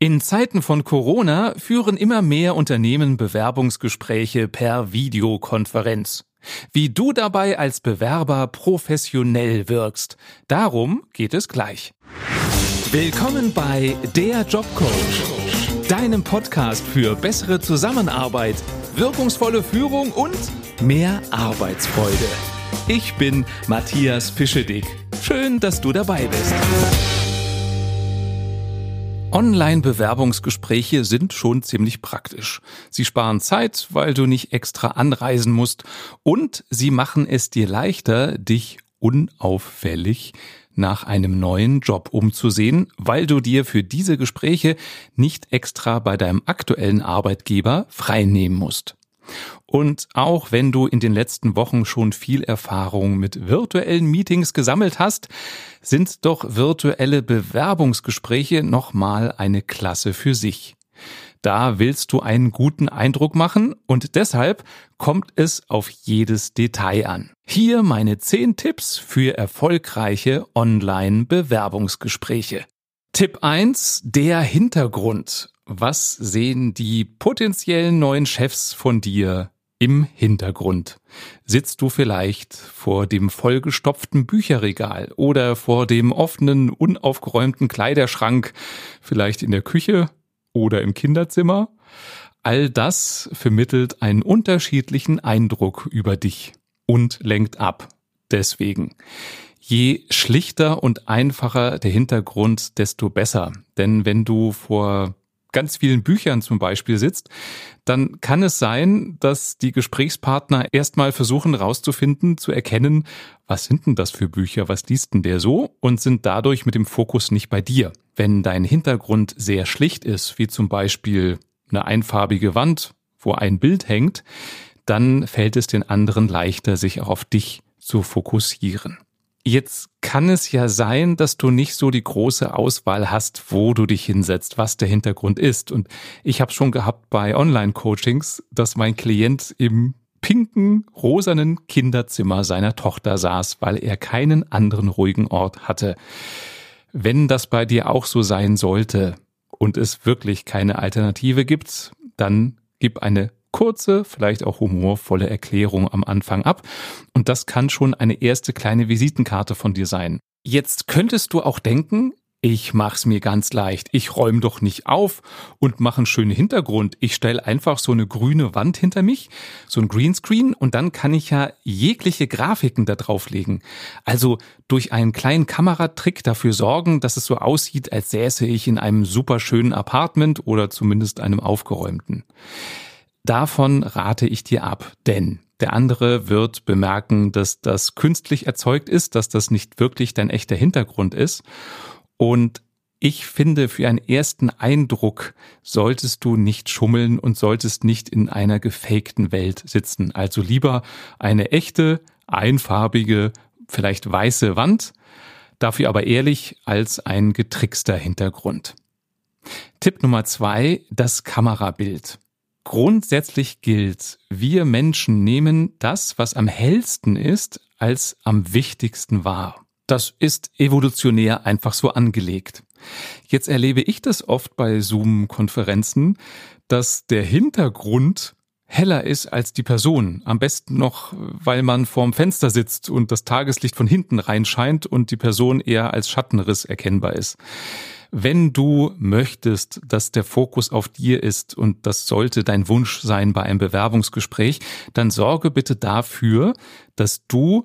In Zeiten von Corona führen immer mehr Unternehmen Bewerbungsgespräche per Videokonferenz. Wie du dabei als Bewerber professionell wirkst, darum geht es gleich. Willkommen bei Der Jobcoach, deinem Podcast für bessere Zusammenarbeit, wirkungsvolle Führung und mehr Arbeitsfreude. Ich bin Matthias Pischedick. Schön, dass du dabei bist. Online-Bewerbungsgespräche sind schon ziemlich praktisch. Sie sparen Zeit, weil du nicht extra anreisen musst, und sie machen es dir leichter, dich unauffällig nach einem neuen Job umzusehen, weil du dir für diese Gespräche nicht extra bei deinem aktuellen Arbeitgeber freinehmen musst. Und auch wenn du in den letzten Wochen schon viel Erfahrung mit virtuellen Meetings gesammelt hast, sind doch virtuelle Bewerbungsgespräche nochmal eine Klasse für sich. Da willst du einen guten Eindruck machen und deshalb kommt es auf jedes Detail an. Hier meine 10 Tipps für erfolgreiche Online-Bewerbungsgespräche. Tipp 1: Der Hintergrund. Was sehen die potenziellen neuen Chefs von dir im Hintergrund? Sitzt du vielleicht vor dem vollgestopften Bücherregal oder vor dem offenen, unaufgeräumten Kleiderschrank, vielleicht in der Küche oder im Kinderzimmer? All das vermittelt einen unterschiedlichen Eindruck über dich und lenkt ab. Deswegen: je schlichter und einfacher der Hintergrund, desto besser. Denn wenn du vor ganz vielen Büchern zum Beispiel sitzt, dann kann es sein, dass die Gesprächspartner erstmal versuchen herauszufinden, zu erkennen, was sind denn das für Bücher, was liest denn der so, und sind dadurch mit dem Fokus nicht bei dir. Wenn dein Hintergrund sehr schlicht ist, wie zum Beispiel eine einfarbige Wand, wo ein Bild hängt, dann fällt es den anderen leichter, sich auch auf dich zu fokussieren. Jetzt kann es ja sein, dass du nicht so die große Auswahl hast, wo du dich hinsetzt, was der Hintergrund ist. Und ich habe schon gehabt bei Online-Coachings, dass mein Klient im pinken, rosanen Kinderzimmer seiner Tochter saß, weil er keinen anderen ruhigen Ort hatte. Wenn das bei dir auch so sein sollte und es wirklich keine Alternative gibt, dann gib eine kurze, vielleicht auch humorvolle Erklärung am Anfang ab. Und das kann schon eine erste kleine Visitenkarte von dir sein. Jetzt könntest du auch denken, ich mach's mir ganz leicht. Ich räume doch nicht auf und mache einen schönen Hintergrund. Ich stelle einfach so eine grüne Wand hinter mich, so ein Greenscreen, und dann kann ich ja jegliche Grafiken da drauflegen. Also durch einen kleinen Kameratrick dafür sorgen, dass es so aussieht, als säße ich in einem super schönen Apartment oder zumindest einem aufgeräumten. Davon rate ich dir ab, denn der andere wird bemerken, dass das künstlich erzeugt ist, dass das nicht wirklich dein echter Hintergrund ist. Und ich finde, für einen ersten Eindruck solltest du nicht schummeln und solltest nicht in einer gefakten Welt sitzen. Also lieber eine echte, einfarbige, vielleicht weiße Wand, dafür aber ehrlich, als ein getrickster Hintergrund. Tipp Nummer 2: das Kamerabild. Grundsätzlich gilt, wir Menschen nehmen das, was am hellsten ist, als am wichtigsten wahr. Das ist evolutionär einfach so angelegt. Jetzt erlebe ich das oft bei Zoom-Konferenzen, dass der Hintergrund heller ist als die Person. Am besten noch, weil man vorm Fenster sitzt und das Tageslicht von hinten reinscheint und die Person eher als Schattenriss erkennbar ist. Wenn du möchtest, dass der Fokus auf dir ist, und das sollte dein Wunsch sein bei einem Bewerbungsgespräch, dann sorge bitte dafür, dass du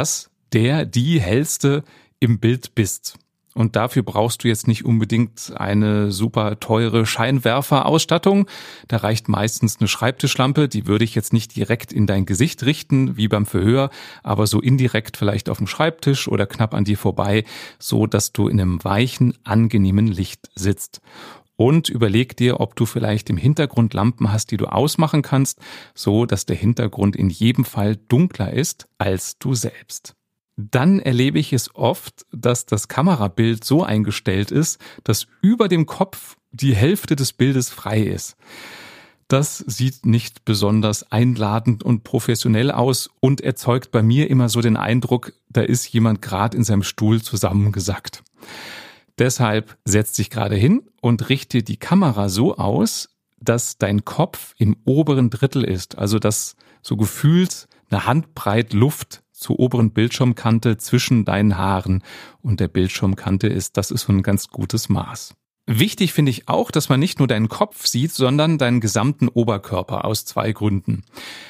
die Hellste im Bild bist. Und dafür brauchst du jetzt nicht unbedingt eine super teure Scheinwerferausstattung. Da reicht meistens eine Schreibtischlampe, die würde ich jetzt nicht direkt in dein Gesicht richten, wie beim Verhör, aber so indirekt vielleicht auf dem Schreibtisch oder knapp an dir vorbei, so dass du in einem weichen, angenehmen Licht sitzt. Und überleg dir, ob du vielleicht im Hintergrund Lampen hast, die du ausmachen kannst, so dass der Hintergrund in jedem Fall dunkler ist als du selbst. Dann erlebe ich es oft, dass das Kamerabild so eingestellt ist, dass über dem Kopf die Hälfte des Bildes frei ist. Das sieht nicht besonders einladend und professionell aus und erzeugt bei mir immer so den Eindruck, da ist jemand gerade in seinem Stuhl zusammengesackt. Deshalb setz dich gerade hin und richte die Kamera so aus, dass dein Kopf im oberen Drittel ist, also dass so gefühlt eine Handbreit Luft zur oberen Bildschirmkante zwischen deinen Haaren und der Bildschirmkante ist. Das ist so ein ganz gutes Maß. Wichtig finde ich auch, dass man nicht nur deinen Kopf sieht, sondern deinen gesamten Oberkörper aus 2 Gründen.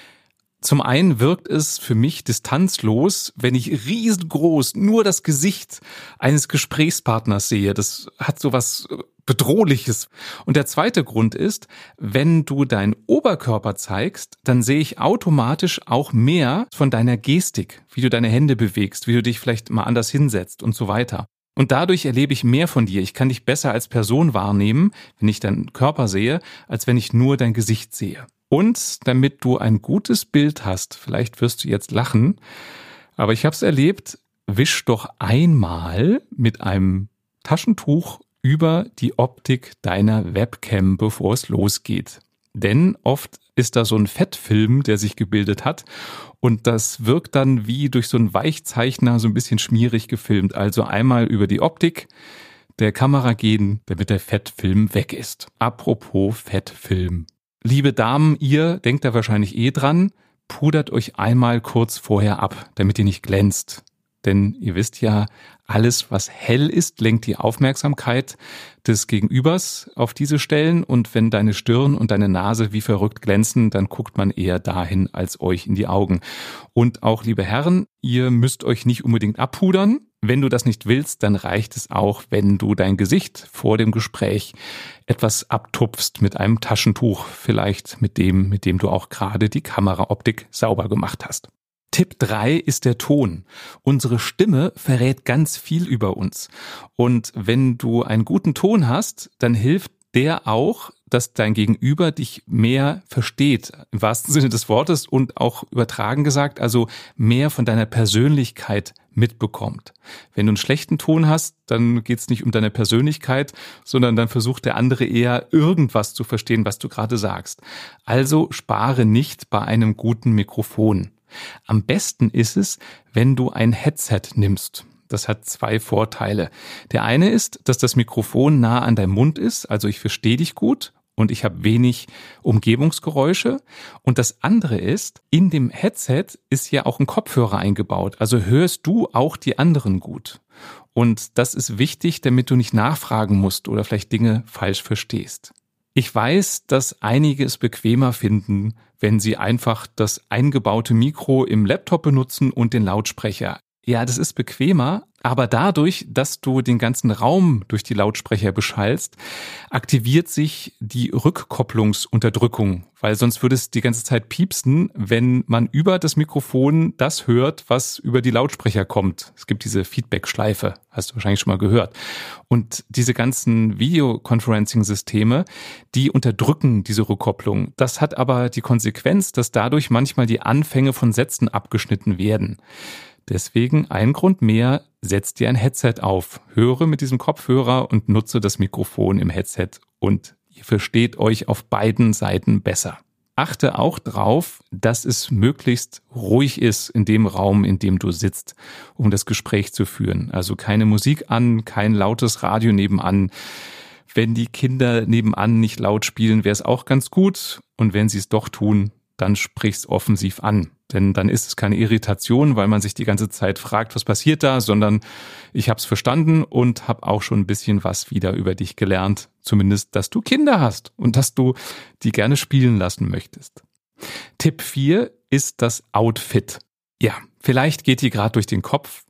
Zum einen wirkt es für mich distanzlos, wenn ich riesengroß nur das Gesicht eines Gesprächspartners sehe. Das hat so was Bedrohliches. Und der zweite Grund ist, wenn du deinen Oberkörper zeigst, dann sehe ich automatisch auch mehr von deiner Gestik, wie du deine Hände bewegst, wie du dich vielleicht mal anders hinsetzt und so weiter. Und dadurch erlebe ich mehr von dir. Ich kann dich besser als Person wahrnehmen, wenn ich deinen Körper sehe, als wenn ich nur dein Gesicht sehe. Und damit du ein gutes Bild hast, vielleicht wirst du jetzt lachen, aber ich habe es erlebt, wisch doch einmal mit einem Taschentuch über die Optik deiner Webcam, bevor es losgeht. Denn oft ist da so ein Fettfilm, der sich gebildet hat und das wirkt dann wie durch so einen Weichzeichner so ein bisschen schmierig gefilmt. Also einmal über die Optik der Kamera gehen, damit der Fettfilm weg ist. Apropos Fettfilm. Liebe Damen, ihr denkt da wahrscheinlich dran, pudert euch einmal kurz vorher ab, damit ihr nicht glänzt. Denn ihr wisst ja, alles, was hell ist, lenkt die Aufmerksamkeit des Gegenübers auf diese Stellen. Und wenn deine Stirn und deine Nase wie verrückt glänzen, dann guckt man eher dahin als euch in die Augen. Und auch, liebe Herren, ihr müsst euch nicht unbedingt abpudern. Wenn du das nicht willst, dann reicht es auch, wenn du dein Gesicht vor dem Gespräch etwas abtupfst mit einem Taschentuch, vielleicht mit dem du auch gerade die Kameraoptik sauber gemacht hast. Tipp 3 ist der Ton. Unsere Stimme verrät ganz viel über uns. Und wenn du einen guten Ton hast, dann hilft der auch, dass dein Gegenüber dich mehr versteht, im wahrsten Sinne des Wortes und auch übertragen gesagt, also mehr von deiner Persönlichkeit mitbekommt. Wenn du einen schlechten Ton hast, dann geht es nicht um deine Persönlichkeit, sondern dann versucht der andere eher irgendwas zu verstehen, was du gerade sagst. Also spare nicht bei einem guten Mikrofon. Am besten ist es, wenn du ein Headset nimmst. Das hat 2 Vorteile. Der eine ist, dass das Mikrofon nah an deinem Mund ist, also ich verstehe dich gut und ich habe wenig Umgebungsgeräusche. Und das andere ist, in dem Headset ist ja auch ein Kopfhörer eingebaut, also hörst du auch die anderen gut. Und das ist wichtig, damit du nicht nachfragen musst oder vielleicht Dinge falsch verstehst. Ich weiß, dass einige es bequemer finden, wenn sie einfach das eingebaute Mikro im Laptop benutzen und den Lautsprecher. Ja, das ist bequemer, aber dadurch, dass du den ganzen Raum durch die Lautsprecher beschallst, aktiviert sich die Rückkopplungsunterdrückung, weil sonst würde es die ganze Zeit piepsen, wenn man über das Mikrofon das hört, was über die Lautsprecher kommt. Es gibt diese Feedback-Schleife, hast du wahrscheinlich schon mal gehört. Und diese ganzen Videoconferencing-Systeme, die unterdrücken diese Rückkopplung. Das hat aber die Konsequenz, dass dadurch manchmal die Anfänge von Sätzen abgeschnitten werden. Deswegen ein Grund mehr, setz dir ein Headset auf, höre mit diesem Kopfhörer und nutze das Mikrofon im Headset und ihr versteht euch auf beiden Seiten besser. Achte auch drauf, dass es möglichst ruhig ist in dem Raum, in dem du sitzt, um das Gespräch zu führen. Also keine Musik an, kein lautes Radio nebenan. Wenn die Kinder nebenan nicht laut spielen, wäre es auch ganz gut. Und wenn sie es doch tun, dann sprich's offensiv an. Denn dann ist es keine Irritation, weil man sich die ganze Zeit fragt, was passiert da, sondern ich habe es verstanden und habe auch schon ein bisschen was wieder über dich gelernt. Zumindest, dass du Kinder hast und dass du die gerne spielen lassen möchtest. Tipp 4 ist das Outfit. Ja, vielleicht geht dir gerade durch den Kopf,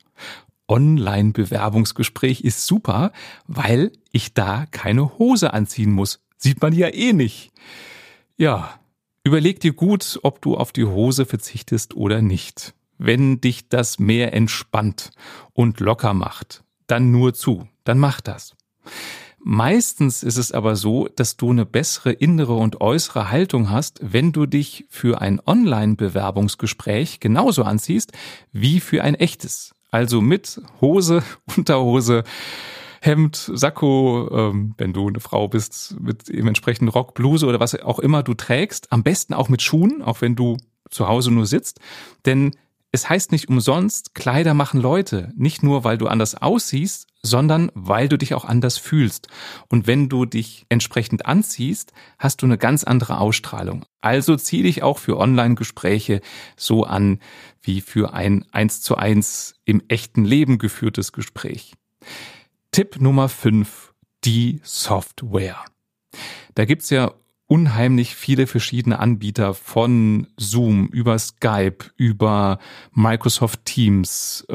Online-Bewerbungsgespräch ist super, weil ich da keine Hose anziehen muss. Sieht man ja eh nicht. Ja, überleg dir gut, ob du auf die Hose verzichtest oder nicht. Wenn dich das mehr entspannt und locker macht, dann nur zu, dann mach das. Meistens ist es aber so, dass du eine bessere innere und äußere Haltung hast, wenn du dich für ein Online-Bewerbungsgespräch genauso anziehst wie für ein echtes. Also mit Hose, Unterhose, Hemd, Sakko, wenn du eine Frau bist, mit dem entsprechenden Rock, Bluse oder was auch immer du trägst. Am besten auch mit Schuhen, auch wenn du zu Hause nur sitzt. Denn Es heißt nicht umsonst, Kleider machen Leute. Nicht nur, weil du anders aussiehst, sondern weil du dich auch anders fühlst. Und wenn du dich entsprechend anziehst, hast du eine ganz andere Ausstrahlung. Also zieh dich auch für Online-Gespräche so an, wie für ein 1:1 im echten Leben geführtes Gespräch. Tipp Nummer 5, die Software. Da gibt's ja unheimlich viele verschiedene Anbieter von Zoom, über Skype, über Microsoft Teams,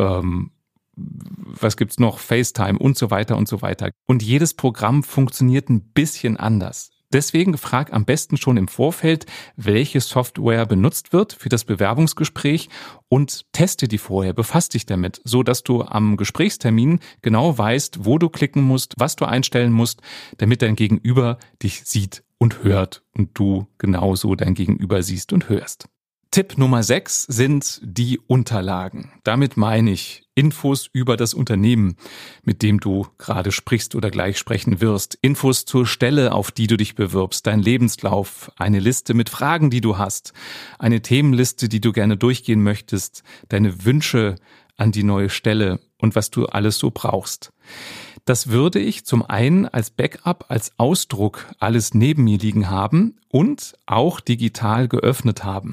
was gibt's noch, FaceTime und so weiter und so weiter. Und jedes Programm funktioniert ein bisschen anders. Deswegen frag am besten schon im Vorfeld, welche Software benutzt wird für das Bewerbungsgespräch und teste die vorher, befass dich damit, so dass du am Gesprächstermin genau weißt, wo du klicken musst, was du einstellen musst, damit dein Gegenüber dich sieht und hört und du genauso dein Gegenüber siehst und hörst. Tipp Nummer 6 sind die Unterlagen. Damit meine ich Infos über das Unternehmen, mit dem du gerade sprichst oder gleich sprechen wirst. Infos zur Stelle, auf die du dich bewirbst, dein Lebenslauf, eine Liste mit Fragen, die du hast, eine Themenliste, die du gerne durchgehen möchtest, deine Wünsche an die neue Stelle und was du alles so brauchst. Das würde ich zum einen als Backup, als Ausdruck alles neben mir liegen haben und auch digital geöffnet haben.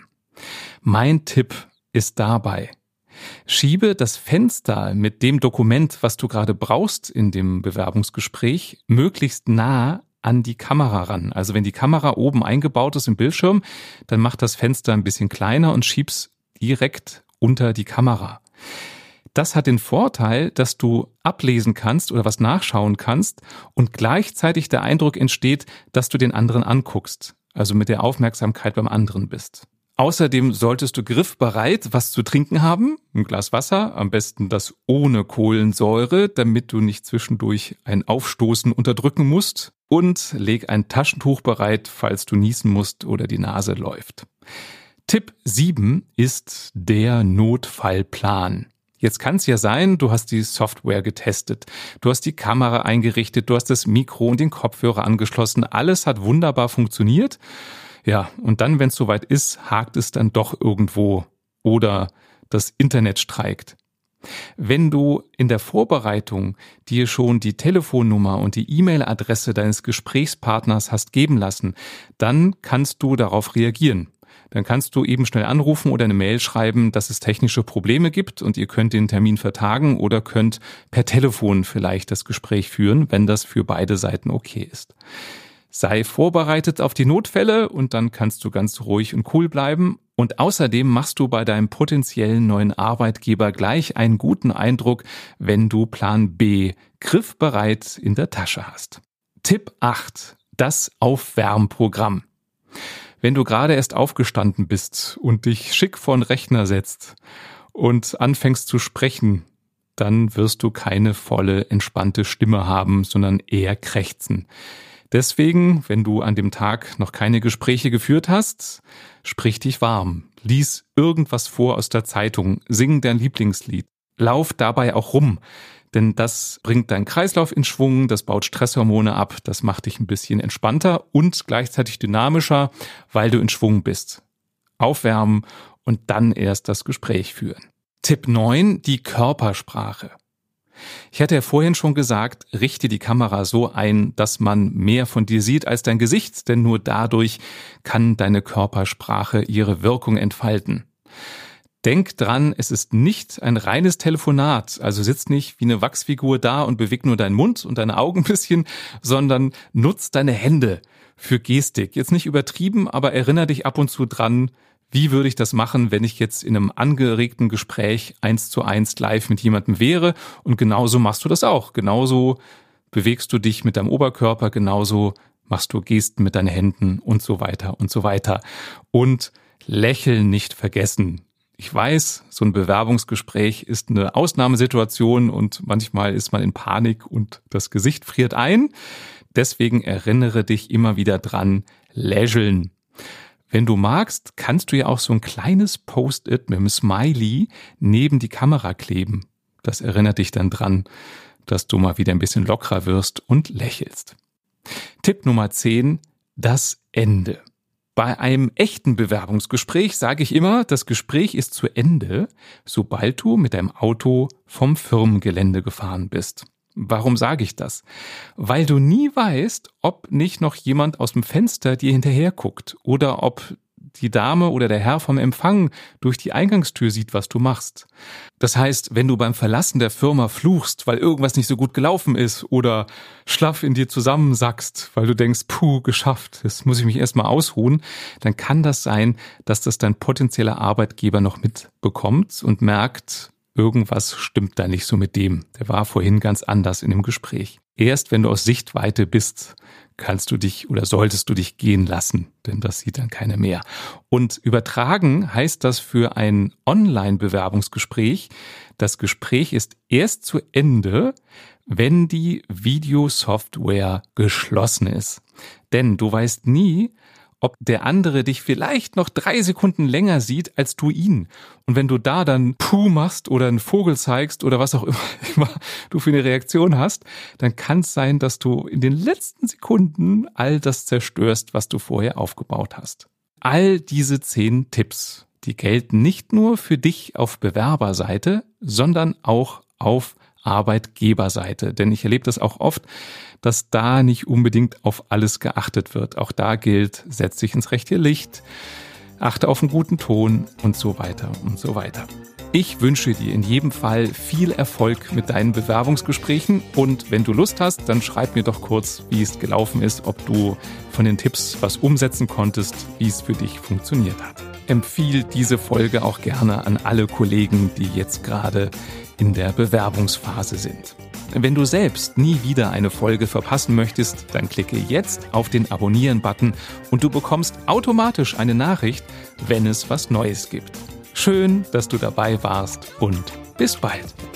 Mein Tipp ist dabei: Schiebe das Fenster mit dem Dokument, was du gerade brauchst in dem Bewerbungsgespräch, möglichst nah an die Kamera ran. Also wenn die Kamera oben eingebaut ist im Bildschirm, dann mach das Fenster ein bisschen kleiner und schieb's direkt unter die Kamera. Das hat den Vorteil, dass du ablesen kannst oder was nachschauen kannst und gleichzeitig der Eindruck entsteht, dass du den anderen anguckst, also mit der Aufmerksamkeit beim anderen bist. Außerdem solltest du griffbereit was zu trinken haben, ein Glas Wasser, am besten das ohne Kohlensäure, damit du nicht zwischendurch ein Aufstoßen unterdrücken musst, und leg ein Taschentuch bereit, falls du niesen musst oder die Nase läuft. Tipp 7 ist der Notfallplan. Jetzt kann es ja sein, du hast die Software getestet, du hast die Kamera eingerichtet, du hast das Mikro und den Kopfhörer angeschlossen, alles hat wunderbar funktioniert. Ja, und dann, wenn es soweit ist, hakt es dann doch irgendwo oder das Internet streikt. Wenn du in der Vorbereitung dir schon die Telefonnummer und die E-Mail-Adresse deines Gesprächspartners hast geben lassen, dann kannst du darauf reagieren. Dann kannst du eben schnell anrufen oder eine Mail schreiben, dass es technische Probleme gibt und ihr könnt den Termin vertagen oder könnt per Telefon vielleicht das Gespräch führen, wenn das für beide Seiten okay ist. Sei vorbereitet auf die Notfälle und dann kannst du ganz ruhig und cool bleiben. Und außerdem machst du bei deinem potenziellen neuen Arbeitgeber gleich einen guten Eindruck, wenn du Plan B griffbereit in der Tasche hast. Tipp 8. Das Aufwärmprogramm. Wenn du gerade erst aufgestanden bist und dich schick vor den Rechner setzt und anfängst zu sprechen, dann wirst du keine volle, entspannte Stimme haben, sondern eher krächzen. Deswegen, wenn du an dem Tag noch keine Gespräche geführt hast, sprich dich warm, lies irgendwas vor aus der Zeitung, sing dein Lieblingslied, lauf dabei auch rum, denn das bringt deinen Kreislauf in Schwung, das baut Stresshormone ab, das macht dich ein bisschen entspannter und gleichzeitig dynamischer, weil du in Schwung bist. Aufwärmen und dann erst das Gespräch führen. Tipp 9, die Körpersprache. Ich hatte ja vorhin schon gesagt, richte die Kamera so ein, dass man mehr von dir sieht als dein Gesicht, denn nur dadurch kann deine Körpersprache ihre Wirkung entfalten. Denk dran, es ist nicht ein reines Telefonat, also sitz nicht wie eine Wachsfigur da und beweg nur deinen Mund und deine Augen ein bisschen, sondern nutz deine Hände für Gestik. Jetzt nicht übertrieben, aber erinnere dich ab und zu dran, wie würde ich das machen, wenn ich jetzt in einem angeregten Gespräch 1:1 live mit jemandem wäre? Und genauso machst du das auch. Genauso bewegst du dich mit deinem Oberkörper, genauso machst du Gesten mit deinen Händen und so weiter und so weiter. Und Lächeln nicht vergessen. Ich weiß, so ein Bewerbungsgespräch ist eine Ausnahmesituation und manchmal ist man in Panik und das Gesicht friert ein. Deswegen erinnere dich immer wieder dran, lächeln. Wenn du magst, kannst du ja auch so ein kleines Post-it mit einem Smiley neben die Kamera kleben. Das erinnert dich dann dran, dass du mal wieder ein bisschen lockerer wirst und lächelst. Tipp Nummer 10, das Ende. Bei einem echten Bewerbungsgespräch sage ich immer, das Gespräch ist zu Ende, sobald du mit deinem Auto vom Firmengelände gefahren bist. Warum sage ich das? Weil du nie weißt, ob nicht noch jemand aus dem Fenster dir hinterher guckt oder ob die Dame oder der Herr vom Empfang durch die Eingangstür sieht, was du machst. Das heißt, wenn du beim Verlassen der Firma fluchst, weil irgendwas nicht so gut gelaufen ist oder schlaff in dir zusammensackst, weil du denkst, puh, geschafft, jetzt muss ich mich erstmal ausruhen, dann kann das sein, dass das dein potenzieller Arbeitgeber noch mitbekommt und merkt, irgendwas stimmt da nicht so mit dem. Der war vorhin ganz anders in dem Gespräch. Erst wenn du aus Sichtweite bist, kannst du dich oder solltest du dich gehen lassen, denn das sieht dann keiner mehr. Und übertragen heißt das für ein Online-Bewerbungsgespräch, das Gespräch ist erst zu Ende, wenn die Videosoftware geschlossen ist. Denn du weißt nie, ob der andere dich vielleicht noch 3 Sekunden länger sieht als du ihn. Und wenn du da dann Puh machst oder einen Vogel zeigst oder was auch immer du für eine Reaktion hast, dann kann es sein, dass du in den letzten Sekunden all das zerstörst, was du vorher aufgebaut hast. All diese 10 Tipps, die gelten nicht nur für dich auf Bewerberseite, sondern auch auf Arbeitgeberseite. Denn ich erlebe das auch oft, dass da nicht unbedingt auf alles geachtet wird. Auch da gilt, setz dich ins rechte Licht, achte auf einen guten Ton und so weiter und so weiter. Ich wünsche dir in jedem Fall viel Erfolg mit deinen Bewerbungsgesprächen und wenn du Lust hast, dann schreib mir doch kurz, wie es gelaufen ist, ob du von den Tipps was umsetzen konntest, wie es für dich funktioniert hat. Empfiehl diese Folge auch gerne an alle Kollegen, die jetzt gerade in der Bewerbungsphase sind. Wenn du selbst nie wieder eine Folge verpassen möchtest, dann klicke jetzt auf den Abonnieren-Button und du bekommst automatisch eine Nachricht, wenn es was Neues gibt. Schön, dass du dabei warst und bis bald.